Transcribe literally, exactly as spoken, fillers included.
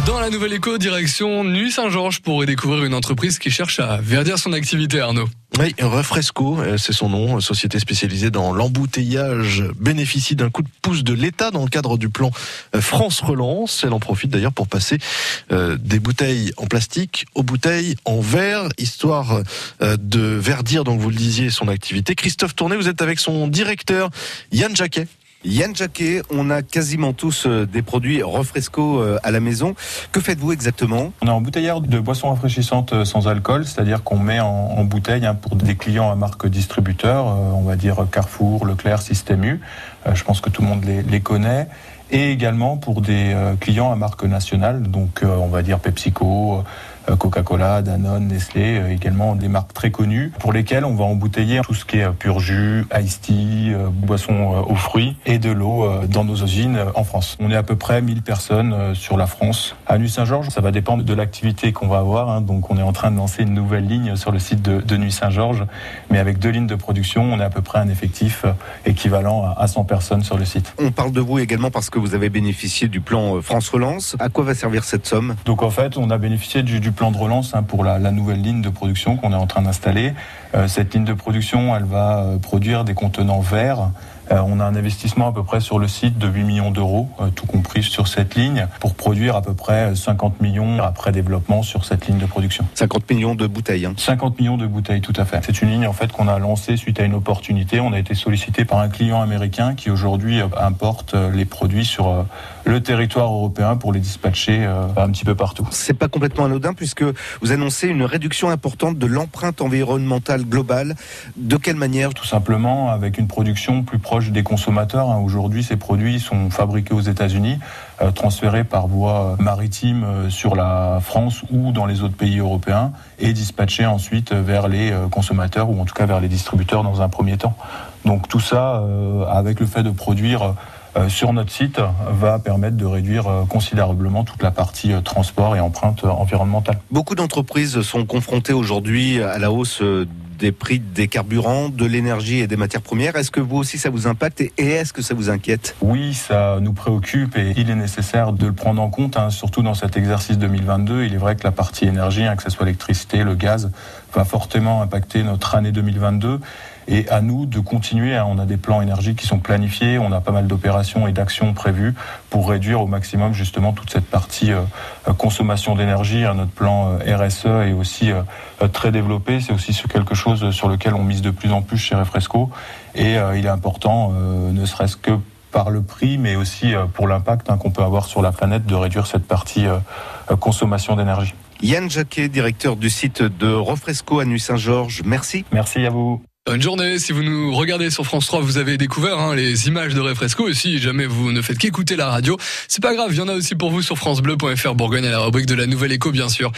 Dans la Nouvelle Éco, direction Nuits Saint-Georges pour y découvrir une entreprise qui cherche à verdir son activité, Arnaud. Oui, Refresco, c'est son nom, société spécialisée dans l'embouteillage, bénéficie d'un coup de pouce de l'État dans le cadre du plan France Relance. Elle en profite d'ailleurs pour passer euh, des bouteilles en plastique aux bouteilles en verre, histoire euh, de verdir, donc vous le disiez, son activité. Christophe Tourné, vous êtes avec son directeur, Yann Jacquet. Yann Jacquet, on a quasiment tous des produits Refresco à la maison. Que faites-vous exactement ? On est embouteilleur de boissons rafraîchissantes sans alcool, c'est-à-dire qu'on met en, en bouteille hein, pour des clients à marque distributeur, euh, on va dire Carrefour, Leclerc, Système U. Euh, je pense que tout le monde les, les connaît. Et également pour des euh, clients à marque nationale, donc euh, on va dire PepsiCo, euh, Coca-Cola, Danone, Nestlé, euh, également des marques très connues pour lesquelles on va embouteiller tout ce qui est pur jus, iced tea, euh, boissons euh, aux fruits et de l'eau euh, dans nos usines euh, en France. On est à peu près mille personnes euh, sur la France. À Nuits Saint-Georges, ça va dépendre de l'activité qu'on va avoir, hein, donc on est en train de lancer une nouvelle ligne sur le site de, de Nuits Saint-Georges, mais avec deux lignes de production, on est à peu près un effectif euh, équivalent à, à cent personnes sur le site. On parle de vous également parce que vous avez bénéficié du plan France Relance. À quoi va servir cette somme ? Donc en fait, on a bénéficié du, du plan de relance hein, pour la, la nouvelle ligne de production qu'on est en train d'installer. Euh, cette ligne de production, elle va euh, produire des contenants verts. Euh, on a un investissement à peu près sur le site de huit millions d'euros, euh, tout compris sur cette ligne, pour produire à peu près cinquante millions après développement sur cette ligne de production. cinquante millions de bouteilles. Hein. cinquante millions de bouteilles, tout à fait. C'est une ligne en fait qu'on a lancée suite à une opportunité. On a été sollicité par un client américain qui aujourd'hui euh, importe euh, les produits sur euh, le territoire européen pour les dispatcher euh, un petit peu partout. C'est pas complètement anodin puisque vous annoncez une réduction importante de l'empreinte environnementale globale. De quelle manière ? Tout simplement avec une production plus proche des consommateurs. Aujourd'hui, ces produits sont fabriqués aux États-Unis, euh, transférés par voie maritime euh, sur la France ou dans les autres pays européens et dispatchés ensuite vers les euh, consommateurs ou en tout cas vers les distributeurs dans un premier temps. Donc tout ça, euh, avec le fait de produire euh, sur notre site, va permettre de réduire euh, considérablement toute la partie euh, transport et empreinte euh, environnementale. Beaucoup d'entreprises sont confrontées aujourd'hui à la hausse euh, des prix des carburants, de l'énergie et des matières premières. Est-ce que vous aussi ça vous impacte et est-ce que ça vous inquiète ? Oui, ça nous préoccupe et il est nécessaire de le prendre en compte, hein, surtout dans cet exercice deux mille vingt-deux. Il est vrai que la partie énergie, hein, que ce soit l'électricité, le gaz, va fortement impacter notre année deux mille vingt-deux. Et à nous de continuer, hein, on a des plans énergie qui sont planifiés, on a pas mal d'opérations et d'actions prévues pour réduire au maximum justement toute cette partie euh, consommation d'énergie. Hein, notre plan euh, R S E est aussi euh, très développé, c'est aussi sur quelque chose sur lequel on mise de plus en plus chez Refresco. Et euh, il est important, euh, ne serait-ce que par le prix, mais aussi euh, pour l'impact hein, qu'on peut avoir sur la planète, de réduire cette partie euh, consommation d'énergie. Yann Jacquet, directeur du site de Refresco à Nuits Saint-Georges, merci. Merci à vous. Bonne journée. Si vous nous regardez sur France trois, vous avez découvert hein, les images de Refresco. Et si jamais vous ne faites qu'écouter la radio, c'est pas grave, il y en a aussi pour vous sur francebleu point f r Bourgogne à la rubrique de la Nouvelle Éco, bien sûr.